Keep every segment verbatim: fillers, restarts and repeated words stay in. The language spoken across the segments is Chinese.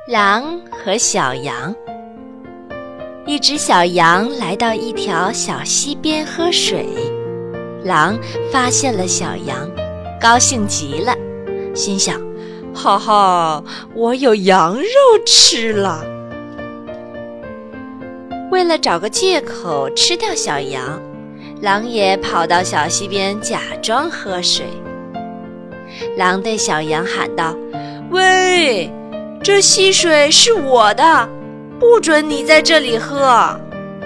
狼和小羊。一只小羊来到一条小溪边喝水，狼发现了小羊，高兴极了，心想：哈哈，我有羊肉吃了。为了找个借口吃掉小羊，狼也跑到小溪边假装喝水。狼对小羊喊道：喂，这溪水是我的，不准你在这里喝。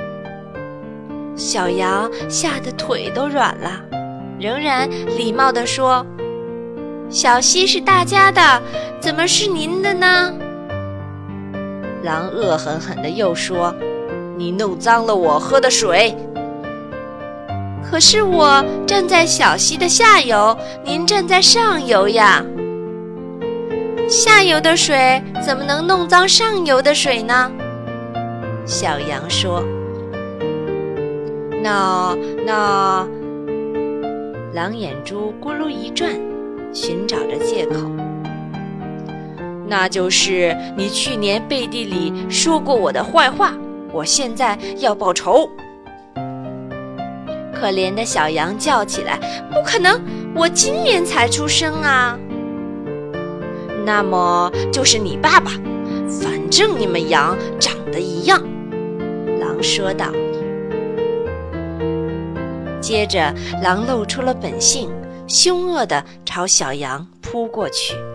小羊吓得腿都软了，仍然礼貌地说：小溪是大家的，怎么是您的呢？狼恶狠狠地又说：你弄脏了我喝的水。可是我站在小溪的下游，您站在上游呀。下游的水怎么能弄脏上游的水呢？小羊说。那那狼眼珠咕噜一转，寻找着借口。那就是你去年背地里说过我的坏话，我现在要报仇。可怜的小羊叫起来：不可能，我今年才出生啊。那么就是你爸爸，反正你们羊长得一样。狼说道。接着狼露出了本性，凶恶地朝小羊扑过去。